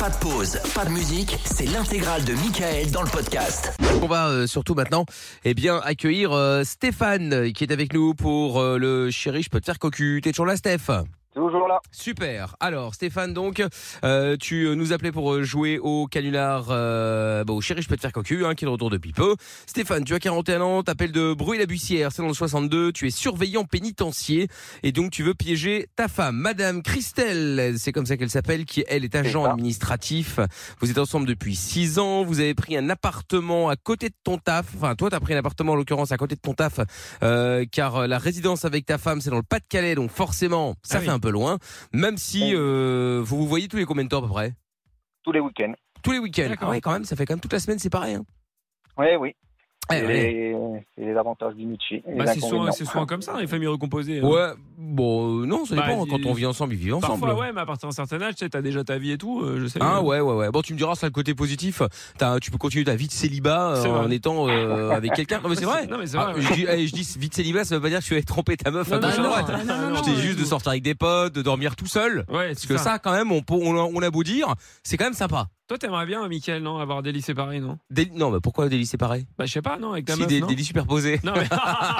Pas de pause, pas de musique, c'est l'intégrale de Mickaël dans le podcast. On va surtout maintenant accueillir Stéphane qui est avec nous pour le Chéri, je peux te faire cocu. T'es toujours là, Steph ? Toujours là. Super. Alors Stéphane, donc tu nous appelais pour jouer au canular au Chéri, je peux te faire cocu, qui est de retour depuis peu. Stéphane, tu as 41 ans, t'appelles de Bruy-la-Bussière, c'est dans le 62, tu es surveillant pénitentiaire et donc tu veux piéger ta femme, Madame Christelle, c'est comme ça qu'elle s'appelle, qui elle est agent administratif. Vous êtes ensemble depuis 6 ans, vous avez pris un appartement à côté de ton taf, enfin toi t'as pris un appartement en l'occurrence à côté de ton taf, car la résidence avec ta femme c'est dans le Pas-de-Calais, donc forcément ça fait un peu loin, même si vous voyez tous les combien de temps à peu près ? Tous les week-ends. Tous les week-ends. Ah ouais, quand même, ça fait quand même toute la semaine, c'est pareil. Oui. Ouais. C'est les avantages du métier. C'est souvent comme ça, les familles recomposées. Ouais, bon, non, ça dépend. Quand on vit ensemble, ils vivent ensemble. Parfois, ouais, mais à partir d'un certain âge, tu sais, t'as déjà ta vie et tout, je sais. Ah ouais. Bon, tu me diras, c'est le côté positif. Tu peux continuer ta vie de célibat en étant avec quelqu'un. Non, mais c'est vrai. Non, mais c'est vrai. Je dis vie de célibat, ça veut pas dire que tu vas tromper ta meuf à gauche à droite. C'était juste de sortir avec des potes, de dormir tout seul. Ouais, parce que ça, quand même, on a beau dire, c'est quand même sympa. Toi, t'aimerais bien, Mickaël, non, avoir des lits séparés, non ? Non, mais pourquoi des lits séparés ? Bah, je sais pas, non, avec ta si, meuf, des non lits superposés. Non, mais...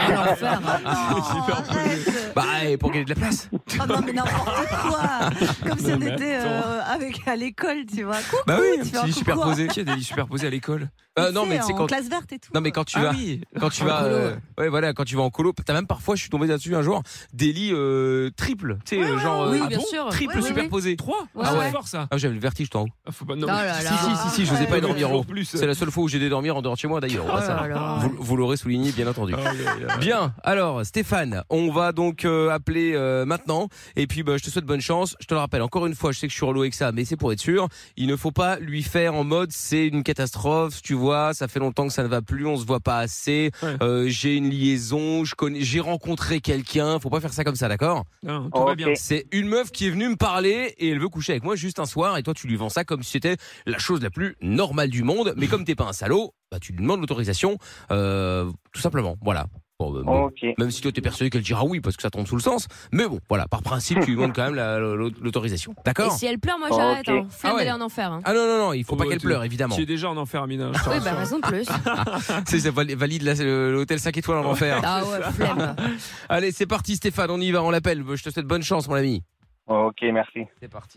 Pour gagner de la place. Ah non, mais n'importe quoi. Comme si on était à l'école, tu vois. Coucou, bah oui, un petit lit superposé. Qui a des lits superposés à l'école ? Non, mais c'est en classe verte et tout. Non, mais quand tu vas, quand tu vas, quand tu vas en colo, t'as même parfois, je suis tombé là-dessus un jour, des lits triples, tu sais, genre bien sûr. triple superposés. 3 c'est fort ça. Ah, j'avais le vertige, toi. Faut pas. Non, Si, je n'osais pas y dormir. Plus. C'est la seule fois où j'ai dû dormir en dehors de chez moi d'ailleurs. Vous l'aurez souligné, bien entendu. Bien. Alors, Stéphane, on va donc appeler maintenant. Et puis, je te souhaite bonne chance. Je te le rappelle encore une fois, je sais que je suis relou avec ça, mais c'est pour être sûr. Il ne faut pas lui faire en mode c'est une catastrophe. Tu vois, ça fait longtemps que ça ne va plus, on se voit pas assez. J'ai une liaison, j'ai rencontré quelqu'un. Faut pas faire ça comme ça, d'accord ? Non, tout va bien. C'est une meuf qui est venue me parler et elle veut coucher avec moi juste un soir. Et toi, tu lui vends ça comme si c'était la chose la plus normale du monde. Mais comme t'es pas un salaud, tu lui demandes l'autorisation, tout simplement. Voilà. Même si toi t'es persuadé qu'elle dira oui parce que ça tombe sous le sens, mais bon, voilà, par principe tu lui demandes quand même l'autorisation, d'accord ? Et si elle pleure, moi j'arrête, flemme d'aller en enfer. Ah non, il faut pas qu'elle pleure, évidemment. Tu es déjà en enfer, Amina. Oui, raison de plus. Ça valide l'hôtel 5 étoiles en enfer. Ah ouais, flemme. Allez, c'est parti Stéphane, on y va, on l'appelle, je te souhaite bonne chance mon ami. Ok, merci. C'est parti.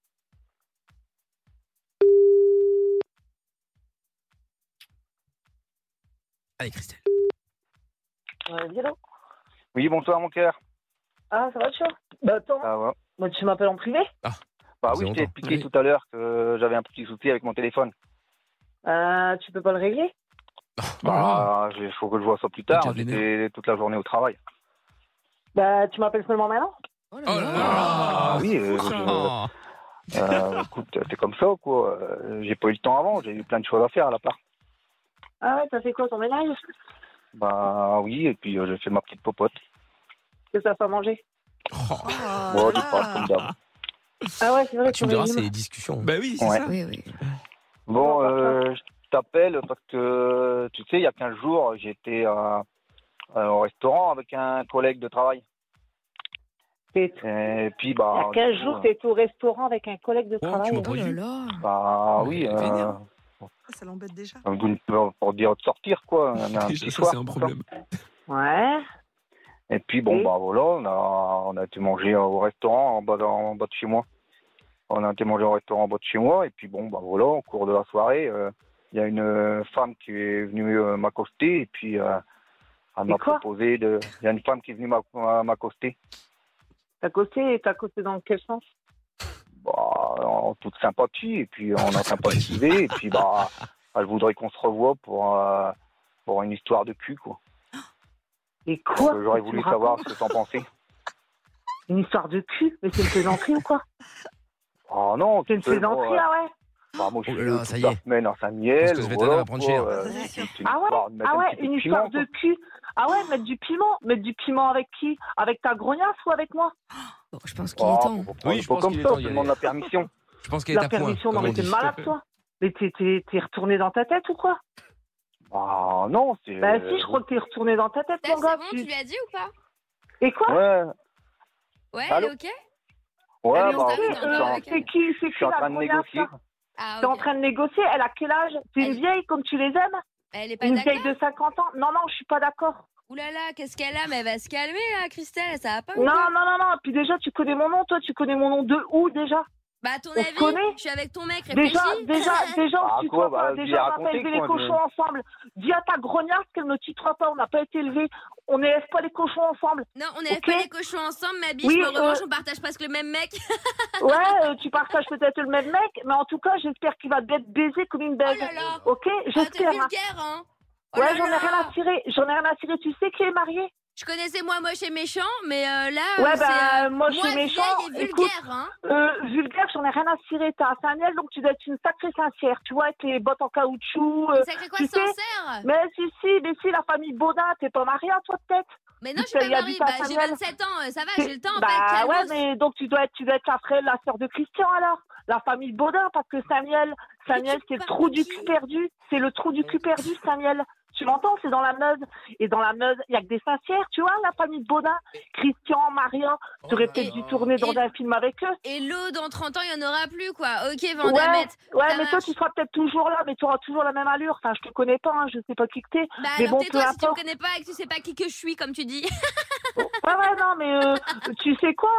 Allez Christelle. Oui, bonsoir mon cœur. Ah, ça va, tu vois ? Bah attends, Ça va. tu m'appelles en privé ? Bah oui, je t'ai expliqué tout à l'heure que j'avais un petit souci avec mon téléphone. Tu peux pas le régler ? Il faut que je vois ça plus tard. J'étais toute la journée au travail. Bah, tu m'appelles seulement maintenant ? Oh là là. Oui, écoute, c'est comme ça, quoi. J'ai pas eu le temps avant, j'ai eu plein de choses à faire à l'appart. Ah ouais, t'as fait quoi, ton ménage ? Bah oui, et puis j'ai fait ma petite popote. Qu'est-ce que ça fait à manger ? Bon, tu parles comme d'hab. Ah ouais, c'est vrai que tu me diras, c'est les discussions. Bah oui, c'est ça. Oui. Bon, je t'appelle parce que, tu sais, il y a 15 jours, j'étais au restaurant avec un collègue de travail. Et puis, il y a 15 jours, t'étais au restaurant avec un collègue de travail. Oh là là. Bah oui. Ça l'embête déjà. Pour dire de sortir, quoi. Déjà, ça, c'est un problème. Ouais. Et puis, voilà, on a été manger au restaurant en bas de chez moi. On a été manger au restaurant en bas de chez moi. Et puis, voilà, au cours de la soirée, il y a une femme qui est venue m'accoster. Et puis, elle m'a proposé de... Il y a une femme qui est venue m'accoster. T'accoster dans quel sens ? En toute sympathie, et puis on a sympathisé, et puis elle voudrait qu'on se revoie pour une histoire de cul, quoi. Et quoi ? J'aurais voulu savoir ce que t'en pensais. Une histoire de cul ? Mais c'est une plaisanterie ou quoi ? Ah non, c'est une plaisanterie, là, ouais. Moi, je suis toute la semaine à Saint-Miel. Parce que ce vétérinaire va prendre cher. Ah ouais, une histoire de cul. Ah ouais, mettre du piment. Mettre du piment avec qui ? Avec ta grognasse ou avec moi ? Bon, je pense qu'il est temps. Oui, je pense qu'il est temps. Je demande la permission. Je pense qu'il est à point. La permission, non mais t'es malade, toi. Mais t'es retourné dans ta tête ou quoi ? Ah non, c'est... Bah si, je crois que t'es retourné dans ta tête, mon gars. C'est bon, tu lui as dit ou pas ? Et quoi ? Ouais, elle est ok ? Ouais, c'est qui je suis en train de négocier. Ah, T'es en train de négocier. Elle a quel âge? C'est une vieille comme tu les aimes? Elle est pas Une d'accord. vieille de 50 ans? Non, je suis pas d'accord. Ouh là là, qu'est-ce qu'elle a? Mais elle va se calmer, là, Christelle, ça va pas? Non. Puis déjà, tu connais mon nom, toi, tu connais mon nom de où déjà? Bah, à ton On avis, se connaît? je suis avec ton mec, réfléchis. Déjà, on se tutoie pas. Vas-y, Déjà, on n'a pas racontez, élevé les quoi, cochons ensemble. Dis à ta grognasse qu'elle ne tutoie pas. On n'a pas été élevés. On n'élève pas les cochons ensemble. Non, on n'élève Ok. pas les cochons ensemble, ma biche, Oui, mais en revanche, on partage presque le même mec. Ouais, tu partages peut-être le même mec, mais en tout cas, j'espère qu'il va être baisé comme une baise. Oh là là. Ok, Ah, t'es j'espère. vulgaire, hein. Oh Ouais, là j'en ai là. rien à tirer. Tu sais qui est marié? Je connaissais moi moche et méchant, mais là, Ouais, c'est bah, moche et méchant. vieille et Écoute, vulgaire, hein. vulgaire, j'en ai rien à cirer. T'as un Samuel, donc tu dois être une sacrée sincère. Tu vois, avec les bottes en caoutchouc. Sacré quoi, tu sais, sincère? mais si, la famille Baudin, t'es pas mariée à toi, peut-être? Mais non, je Tu suis pas as mariée, dit à bah, j'ai Samuel. 27 ans, ça va, j'ai le temps, en Bah fait, ouais, calmos. mais donc tu dois être la sœur de Christian alors. La famille Baudin, parce que Samuel, c'est le parles trou de du qui? cul perdu. C'est le trou du cul perdu, Samuel. Tu m'entends? C'est dans la Meuse. Et dans la Meuse, il y a que des sincères, tu vois, la famille de Baudin. Christian, Maria, tu aurais peut-être dû tourner dans un film avec eux. Et l'eau, dans 30 ans, il n'y en aura plus, quoi. Ok, Ouais, Vandamette. mais toi, tu seras peut-être toujours là, mais tu auras toujours la même allure. Enfin, je te connais pas, hein, je sais pas qui que t'es. Bah, mais alors bon, peu tais-toi si tu me importe. connais pas et que tu sais pas qui que je suis, comme tu dis. Ouais, non, mais tu sais quoi?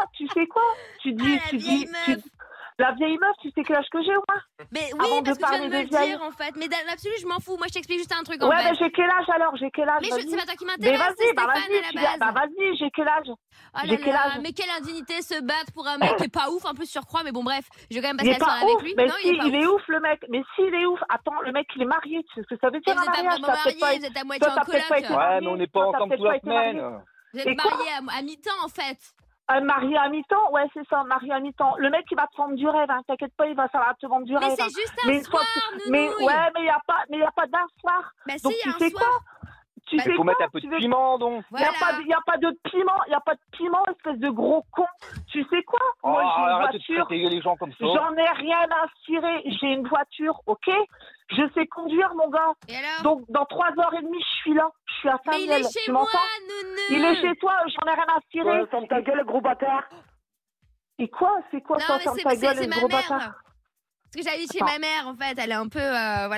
Tu dis, Ah, la vieille meuf. La vieille meuf, tu sais quel âge que j'ai, moi? Mais oui, Avant de parce que tu viens parler de me de le vieille. dire, en fait. Mais dans l'absolu, je m'en fous. Moi, je t'explique juste un truc, en Ouais, fait. mais j'ai quel âge alors? J'ai quel âge? Mais Vas-y. c'est pas toi qui Mais m'intéresse, c'est vas-y, Stéphane, à la base. vas-y, j'ai quel âge? Oh là j'ai quel là, âge? mais quelle indignité se battre pour un mec qui est pas ouf, un peu surcroît, mais bon, bref, je vais quand même Il passer est la soirée pas avec ouf, lui. mais Non, si, il est pas ouf. ouf le mec. Mais s'il est ouf, attends, le mec il est marié, tu sais ce que ça veut Et dire vous un êtes pas mariage? vraiment T'as peut-être mariés, pas- vous êtes à moitié toi, en t'as peut-être pas été coloc. Ouais, marié, mais on n'est toi, pas t'as ensemble peut-être toute pas la été marié. semaine. Vous êtes Et quoi? mariés à mi-temps, en fait. Un mari à mi-temps, ouais, c'est ça, un mari à mi-temps. Le mec, il va te vendre du rêve, hein. T'inquiète pas, il va te vendre du Mais rêve. c'est hein. juste un Mais soir, mais nounouille. ouais, mais il y a pas d'un soir. Bah Donc si, tu il y a sais un quoi? soir. Tu Bah, sais Il faut quoi? mettre un peu Tu de veux- piment, donc. Voilà. Il y a pas de piment, espèce de gros con. Tu sais quoi? Oh, Moi, j'ai une arrête de voiture. traiter les gens comme ça. J'en ai rien à cirer. J'ai une voiture, ok? Je sais conduire, mon gars. Et alors? Donc, dans 3h30, je suis là. Je suis à Mais il Saint-Miel. est chez Tu moi, m'entends? nounou. Il est chez toi, j'en ai rien à cirer. Ouais, ferme ta gueule, gros bâtard. Et quoi? C'est quoi Non, ça, mais ferme ta gueule, c'est le ma gros mère. bâtard? Parce que j'habite chez Attends. ma mère, en fait. Elle est un peu,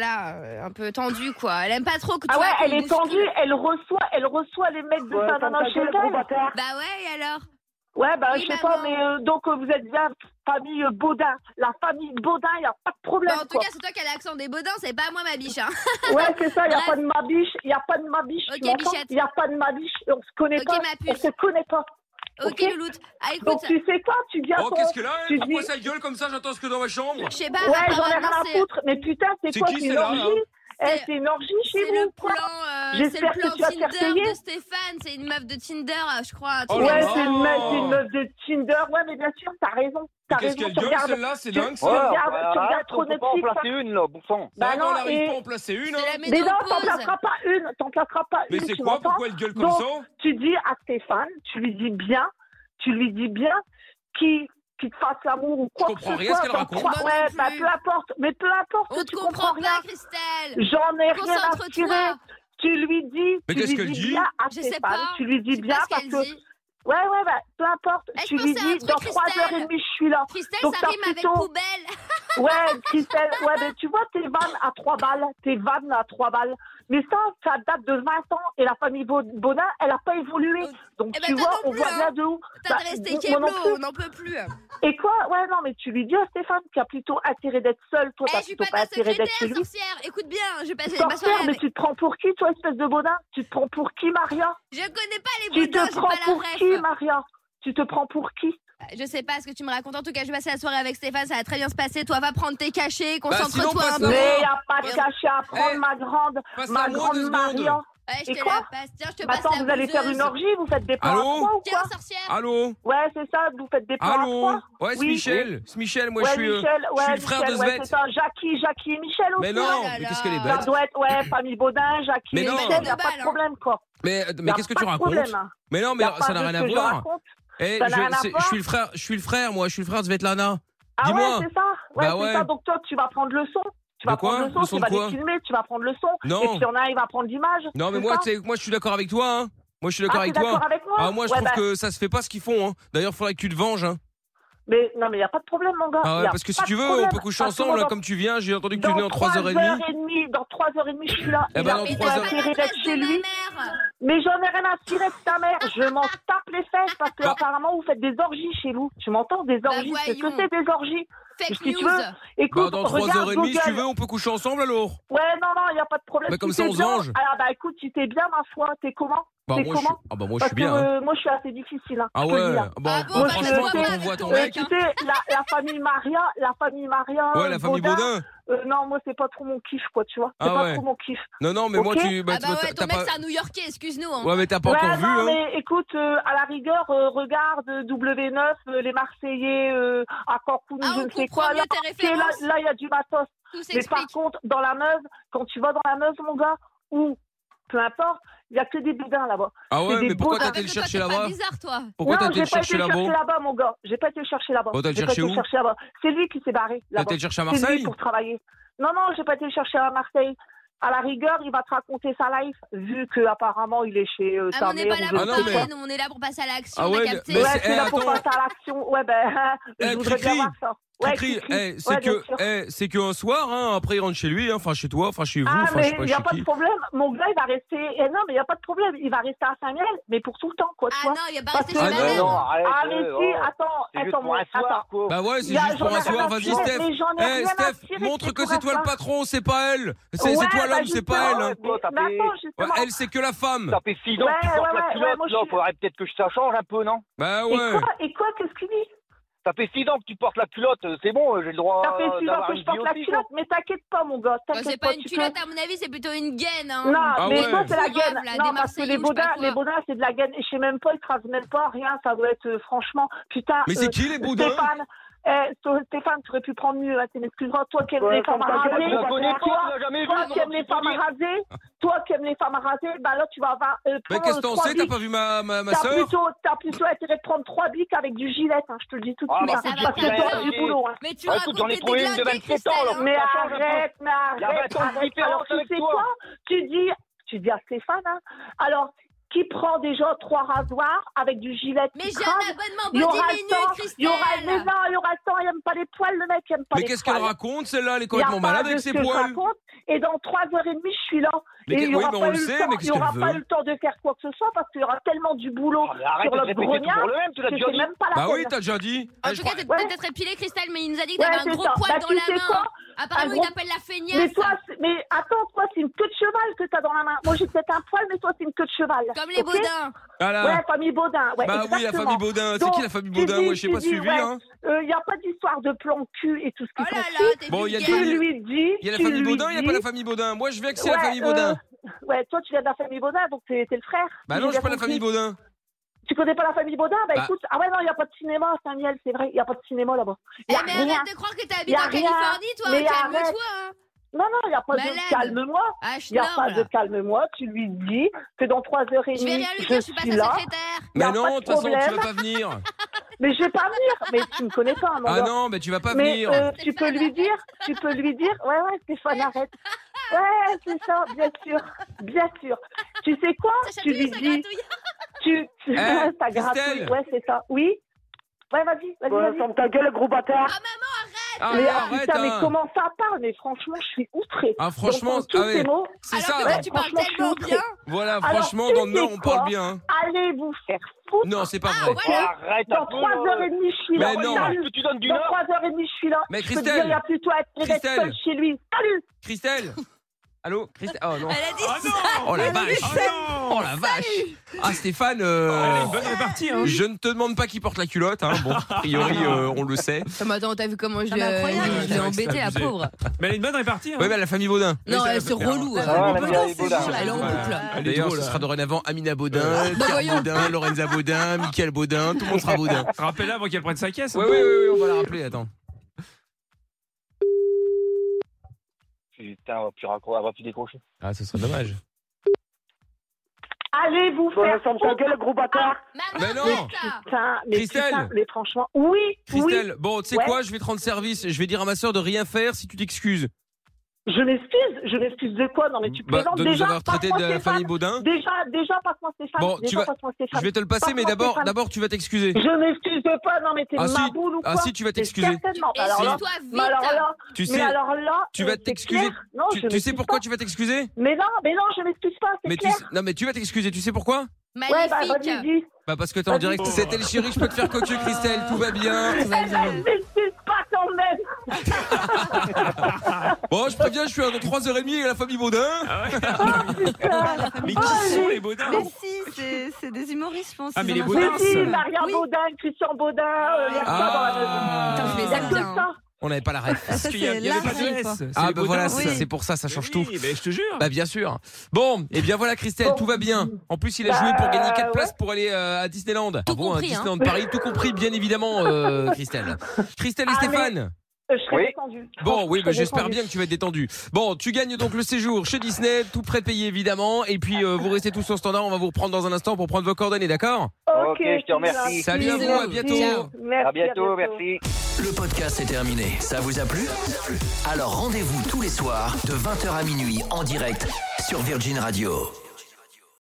un peu tendue, quoi. Elle aime pas trop que tu Ah ouais, vois, qu'on elle est bouscule. tendue, elle reçoit les mecs de Ouais, sa ferme nana ta chez gueule, gros elle. bâtard. Bah ouais, et alors? Ouais, bah, Oui, je sais pas, maman. mais donc, vous êtes bien famille Baudin. La famille Baudin, il n'y a pas de problème, Bah, en tout quoi. cas, c'est toi qui as l'accent des Baudins, c'est pas moi, ma biche, hein. Ouais, c'est ça, il n'y a Bref. pas de ma biche, il n'y a pas de ma biche, Ok, tu m'entends? bichette. Il n'y a pas de ma biche, on se connaît Ok, pas, ma on puce. se connaît pas. Ok, Ok. louloute. Ah, écoute, Donc, tu sais quoi, tu dis à Oh, ton... qu'est-ce qu'elle a, tu elle? Pourquoi dis- ça gueule comme ça? J'attends ce que dans ma chambre. je sais pas, Ouais, j'en ai rien apparemment, à c'est... foutre, mais putain, c'est C'est quoi, qui, c'est une celle-là, orgie? là Eh, c'est une orgie chez C'est le vous, quoi? plan, c'est J'espère le que plan tu vas te faire Tinder payer. de Stéphane. C'est une meuf de Tinder, je crois. un Oh truc là Ouais, comme là. ça. c'est une meuf de Tinder, ouais, mais bien sûr, t'as raison. T'as Qu'est-ce raison, qu'elle tu gueule, regardes... celle-là? C'est tu- dingue, tu ça. regardes trop on peut pas en Netflix, placer une, là, bon sang. Bah Non, non, on n'arrive et- pas à en placer une, C'est la hein. Mais non, t'en ménopause. placeras pas une, Mais c'est tu quoi? m'entends? Pourquoi elle gueule comme Donc, ça? tu dis à Stéphane, tu lui dis bien qu'il te fasse l'amour ou quoi Je que comprends ce rien à ce soit. qu'elle dans raconte. trois- Moi non Ouais, bah plus. peu importe, mais peu importe, On tu te comprends comprend rien. pas, Christelle. J'en ai rien à Concentre-toi. tirer. Tu lui dis, Mais tu qu'est-ce lui qu'elle dis dit? bien à Je sais Stéphane, pas. tu lui Je dis sais bien pas ce parce qu'elle que... dit. Ouais, bah, peu importe, Eh, je tu lui pensais à un dis, truc, dans Christelle. 3h30, je suis là. Christelle, Donc, ça t'as rime avec plutôt- poubelle. Ouais, Christelle, ouais, mais tu vois, tes vannes à 3 balles, Mais ça date de 20 ans et la famille Baudin, elle n'a pas évolué. Donc, Eh ben, tu toi vois, non on plus, voit hein. bien de où. T'as Bah, de rester moi non Keblo, plus. on n'en peut plus. Et quoi? Ouais, non, mais tu lui dis à Stéphane qui a plutôt intérêt d'être seul. Toi, Eh, t'as je suis plutôt pas pas ta intérêt d'être chez secrétaire, lui. sorcière. Écoute bien, je vais passer ma soirée Sorcière, mais avec. tu te prends pour qui, toi, espèce de Baudin? Tu te prends pour qui, Maria? Je connais pas les Tu Baudins, te j'ai prends pas la pour qui, ref. Maria? Tu te prends pour qui? Je sais pas ce que tu me racontes. En tout cas, je vais passer la soirée avec Stéphane. Ça va très bien se passer. Toi, va prendre tes cachets. sinon, Concentre-toi un passe peu. la Mais moi. y a pas de cachet à prendre, Eh, ma grande passe-la moi 2 secondes. Maria. Ouais, je Et te quoi? la passe. Tiens, je te passe Attends, la vous allez faire une bouseuse. orgie? Vous faites des plans à Allô 3 ou Tiens, quoi? sorcière. Allô? Ouais, c'est ça, vous faites des plans à Allô? 3? Ouais, c'est Oui. Michel. C'est Michel, moi Ouais, je suis Michel, je suis le frère de Michel, ouais, Svet. c'est ça, Jackie et Michel aussi. Mais non, Oh là mais là. qu'est-ce qu'elle est Ça bête. doit être, ouais, famille Baudin, Jackie Mais et non. Michel, y a De pas balle, de problème, quoi. Mais Y a qu'est-ce que pas tu de racontes? problème, hein. Mais non, mais Y a pas ça n'a de rien ce à que je voir. raconte. Eh, Ça n'a rien à je voir. suis le frère, moi, je suis le frère de Svetlana. Ah ouais, Dis-moi. c'est ça? Ouais, Bah c'est ouais. ça, donc toi, tu vas prendre le son. Tu De vas quoi? prendre le Le son, son tu de vas quoi? les filmer, tu vas prendre le son. Non. Et puis, il y en a un, il va prendre l'image. Non, mais c'est moi, ça? tu sais, moi, je suis d'accord avec toi, hein. Moi, je suis d'accord Ah, t'es avec toi. d'accord avec moi? Ah, moi, je Ouais, trouve bah, que ça se fait pas ce qu'ils font, hein. D'ailleurs, faudrait que tu te venges, hein. Mais non, mais il n'y a pas de problème, mon gars. Ah ouais, parce que si tu veux, on peut coucher ensemble, comme tu viens. J'ai entendu que tu venais en 3h30. Dans 3h30, je suis là. Eh ben, dans 3h30. d'être chez lui. Mais j'en ai rien à tirer de ta mère. Je m'en tape les fesses parce que apparemment vous faites des orgies chez vous. Tu m'entends? Des orgies. C'est ce que c'est des orgies. Fake Si news. tu veux, écoute, Dans regarde 3h30, si tu Google. veux, on peut coucher ensemble alors. Ouais, non, il n'y a pas de problème. Mais comme Tu ça, t'es on se bien. range. Alors, bah écoute, tu t'es bien, ma foi. T'es comment? Bah, T'es moi, comment? moi, je Parce suis bien. que hein. moi, je suis assez difficile. Hein, Ah je te le dis, ouais. là. Bon, Ah bon, Moi, franchement, je- quand on voit ton Ouais, mec. tu sais, la famille Maria. Ouais, la famille Baudin. Non, moi, c'est pas trop mon kiff, quoi, tu vois. C'est Ah pas ouais. trop mon kiff. Non, mais moi, Ok. tu. Ah bah ouais, t'as ton mec pas. c'est un New-Yorkais, excuse-nous. Hein. Ouais, mais t'as pas encore vu, non, hein. mais écoute, à la rigueur, regarde W9, les Marseillais à Cancun, Ah, je on ne sais comprend quoi. mieux Là, tes ok, références. là, il y a du matos. Tout Mais par s'explique. contre, dans la Meuse, quand tu vas dans la Meuse, mon gars, ou peu importe, il n'y a que des boudins là-bas. Ah ouais, c'est des mais pourquoi beaux- t'as été le chercher T'es pas là-bas? bizarre, toi. Pourquoi non, t'as été j'ai le pas été chercher le chercher là-bas? là-bas, mon gars. J'ai pas été le chercher là-bas. Bon, t'as été J'ai le pas chercher été le où? chercher là-bas. C'est lui qui s'est barré T'as là-bas. été le chercher à C'est Marseille? lui pour travailler. Non, j'ai pas été le chercher à Marseille. À la rigueur, il va te raconter sa life, vu qu'apparemment il est chez Ah, ta mais on n'est mère. pas là ou je Ah pour non, sais mais- quoi. parler, nous on est là pour passer à l'action. Ah on a ouais, capté. mais Ouais, c'est- c'est là pour attends. passer à l'action. Ouais, je voudrais Cricri, bien voir ça. Ouais, Cricri, Cricri. c'est Ouais, bien que, sûr. c'est qu'un soir, hein, après il rentre chez lui, hein, enfin chez toi, enfin chez vous, Ah, enfin je mais sais pas il n'y a chez pas qui. de problème. Mon gars, il va rester. Non, mais il n'y a pas de problème. Il va rester à Saint-Miel, mais pour tout le temps, quoi, tu Ah vois. non, il va pas Parce rester que- chez Ah la non. même. non, arrête. Ah, mais si, attends, C'est juste attends, pour un soir, quoi. Bah ouais, c'est Il y a- juste pour j'en ai un soir, rien à vas-y tirer, Steph. mais j'en ai rien à Steph, tirer, montre c'est que pour c'est un toi le soir. patron, c'est pas elle. C'est Ouais, toi bah, l'homme, c'est pas elle. justement, hein. Toi, t'as Mais fait- attends, Ouais, justement. elle, c'est que la femme. Ça fait 6 ans que tu Ouais, portes ouais, la ouais, culotte, moi, je là, suis- faudrait peut-être que ça change un peu, non? Bah Et ouais. quoi, qu'est-ce qu'il dit? Ça fait 6 ans que tu portes la culotte, c'est bon, j'ai le droit Ça fait 6 ans d'avoir que une je vie porte la aussi, culotte, mais t'inquiète pas, mon gars, Bah, t'inquiète c'est pas. pas une culotte, à mon avis, c'est plutôt une gaine. Hein. Non, Ah mais ouais. ça, c'est la Fourrave, gaine. là, Non, des parce que Marseillais les ou je sais pas quoi. Baudins, c'est de la gaine. Et je sais même pas, ils tracent même pas, rien. Ça doit être, franchement, putain. Mais c'est qui les Baudins? Stéphane, tu aurais pu prendre mieux, hein, tu m'excuseras. Toi qui aimes Ouais, les femmes comme ça, rasées, tu la connais pas, tu l'as jamais toi vue, qui aimes non, les tu peux femmes dire. rasées, toi qui aimes les femmes rasées, bah là, tu vas avoir. Mais qu'est-ce que t'en sais? T'as pas vu ma sœur? T'as plutôt intérêt de prendre 3 bics avec du gilet, hein, je te le dis tout de Ah, suite. bah, hein, ça va parce pas que toi, bien. du boulot. Hein. Mais tu Bah, racontes écoute, j'en ai des trouvé une de glindés, 27 ans, Christelle, là. hein. Mais Ça change un peu. arrête. Il y a 20 ans de différence Alors, tu avec sais toi. quoi? Tu dis à Stéphane, hein, alors, qui prend déjà 3 rasoirs avec du gilet Mais qui j'ai crase, un abonnement il y aura body le minute, temps, Christelle. il y aura le temps, il aime pas les poils, le mec, il aime pas Mais les qu'est-ce poils. qu'elle raconte, celle-là? Elle est Il y a complètement pas malade de avec ce ses que je poils. raconte, et dans 3h30, je suis là. Mais Et que- il n'y oui, aura mais on pas le eu sait, le temps, mais il qu'est-ce n'y aura qu'elle pas veut? eu le temps de faire quoi que ce soit parce qu'il y aura tellement du boulot Ah, mais arrête sur de le répéter grognard toujours le même, tu l'as que déjà c'est dit. même pas la Bah peine. oui, t'as déjà dit. En Eh, tout cas, t'es Ouais. peut-être épilé, Christelle, mais il nous a dit que Ouais, t'avais un c'est gros ça. poil Bah, dans tu la sais main. quoi Apparemment, Un il gros- t'appelle la Mais feignasse. toi, mais attends, toi, c'est une queue de cheval que t'as dans la main. Moi, j'ai peut-être un poil, mais toi, c'est une queue de cheval. Comme les Ok Baudins. Voilà. Ouais, famille Baudin. Ouais, Bah oui, la exactement. famille Baudin. C'est Donc, qui la famille tu Baudin? dis- Moi, je sais tu pas dis, suivi, ouais, hein. Il n'y a pas d'histoire de plan cul et tout ce Oh qui là s'ensuit. là, t'es Bon, il y a vulgaire. le Tu lui dis. Il y a la tu famille lui Baudin, il n'y a dis- pas la famille Baudin. Moi, je viens que c'est la Ouais, famille Baudin. Ouais, toi, tu viens de la famille Baudin, donc t'es le frère. Bah J'ai non, je bien suis pas la compris. famille Baudin. Tu connais pas la famille Baudin? Bah, Bah. écoute, ah ouais, non, il n'y a pas de cinéma à Saint-Miel, c'est vrai, il n'y a pas de cinéma là-bas. Eh, Il y a mais rien. arrête de croire que Y t'habites a en rien. Californie, toi. Mais Calme-toi. arrête. Hein. Non, il n'y a pas Malade. de calme-moi. Ah, Il n'y a pas de schnorre. calme-moi. Tu lui dis que dans 3h30, Je vais rien lui je dire, je suis pas suis sa là. secrétaire. Y a Mais pas non, de de toute façon, tu problème. vas pas venir. Mais je vais pas venir. Mais tu me connais pas, mon Ah gars. non, mais tu vas pas Mais venir. tu peux lui dire, ouais, Stéphane, arrête. Ouais, c'est ça, bien sûr, bien sûr. Tu sais quoi? Ça Tu lui chatouille, ça dis, gratouille. ça gratouille, Christelle. ouais, c'est ça. Oui. Ouais, vas-y. Ferme ta gueule, gros bâtard. Ah, maman, arrête. Ah, Mais mais ah, arrête, putain, mais hein. comment ça parle? Mais franchement, je suis outrée. Ah, franchement, D'entendre tous ah ouais. ces mots. C'est Alors ça. que toi, tu parles franchement, je suis tellement outrée. bien. Voilà, Alors, franchement, tu dans le sais Nord, on quoi parle bien. hein. Allez vous faire foutre. Non, c'est pas Ah, vrai. voilà. Arrête Dans un peu. 3h30, je suis là. Mais non. Salut. Tu donnes du Dans nord. 3h30, je suis là. Mais Je peux te Christelle. dire, il y a plutôt à être Christelle. seul chez lui. Salut. Christelle. Allô, Christelle. Oh non. Elle a dit Ah non. Oh la vache. Ah non. Oh la vache. Ah Stéphane. Elle est une bonne répartie, hein. Je ne te demande pas qui porte la culotte, hein. Bon, a priori, on le sait. Mais attends, t'as vu comment je mais incroyable. l'ai embêté, la abusé. pauvre. Mais elle est une bonne répartie, hein. Ouais, mais la famille Baudin. Non, ça elle va se faire. relou. Ah, Elle ouais, est mais Baudin, elle est c'est Baudin. bon, là, elle est en Voilà. boucle. Elle est D'ailleurs, drôle, ce là. sera dorénavant Amina Baudin, Bah, Pierre voyons. Baudin, Lorenza Baudin, Mickaël Baudin, tout le monde sera Baudin. Rappelle-la avant qu'elle prenne sa caisse. hein. Oui, on va la rappeler, attends. Putain, elle va plus décrocher. Ah, ce serait dommage. Allez vous faire Ferme ta foutre. gueule, gros bâtard. Maman, Mais non. arrête ça. Christelle. Mais franchement, oui. Christelle, bon, tu sais Ouais. quoi, je vais te rendre service. Je vais dire à ma soeur de rien faire si tu t'excuses. Je m'excuse de quoi? Non mais tu plaisantes de nous avoir traité de la famille Baudin. Déjà, passe-moi Stéphane. Bon, Passe-moi Stéphane. je vais te le passer, mais d'abord tu vas t'excuser. Je m'excuse pas, non mais t'es ma boule ou quoi? Ah si, tu vas t'excuser. Certainement. Alors là, tu sais, tu vas t'excuser. Tu sais pourquoi tu vas t'excuser? Mais non, je m'excuse pas, c'est clair. Non mais tu vas t'excuser, tu sais pourquoi? Ouais, bah vas-y. Bah parce que t'es en direct, c'était le chéri, je peux te faire cocu Christelle, tout va bien. Je m'excuse pas quand même. Bon, je préviens, je suis à 3h30 à la famille Baudin. Mais qui sont les Baudins? Mais si, c'est des humoristes, je pense. Ah, mais Ils les en ont Baudins, fait. Si, Maria Baudin, Christian Baudin, il y a quoi dans la Putain, je les aime que bien. ça. On n'avait pas la ref. Ça, qu'il y avait c'est pas de large, S. quoi. C'est Ah les bah Baudins. voilà, oui. c'est pour ça change tout. Oui, mais je te jure. Bah bien sûr. Bon, et bien voilà Christelle, tout va bien. En plus, il a joué pour gagner 4 places pour aller à Disneyland. Tout Bravo, compris, Disneyland Paris, tout compris bien évidemment Christelle. Christelle et Stéphane. Je serais détendue. Bon, oui, bah, j'espère détendue. bien que tu vas être détendu. Bon, tu gagnes donc le séjour chez Disney, tout prépayé évidemment, et puis vous restez tous au standard, on va vous reprendre dans un instant pour prendre vos coordonnées, d'accord? Ok, je te remercie. Salut à vous, à bientôt. Merci, À bientôt, merci. Le podcast est terminé. Ça vous a plu? Alors rendez-vous tous les soirs de 20h à minuit en direct sur Virgin Radio.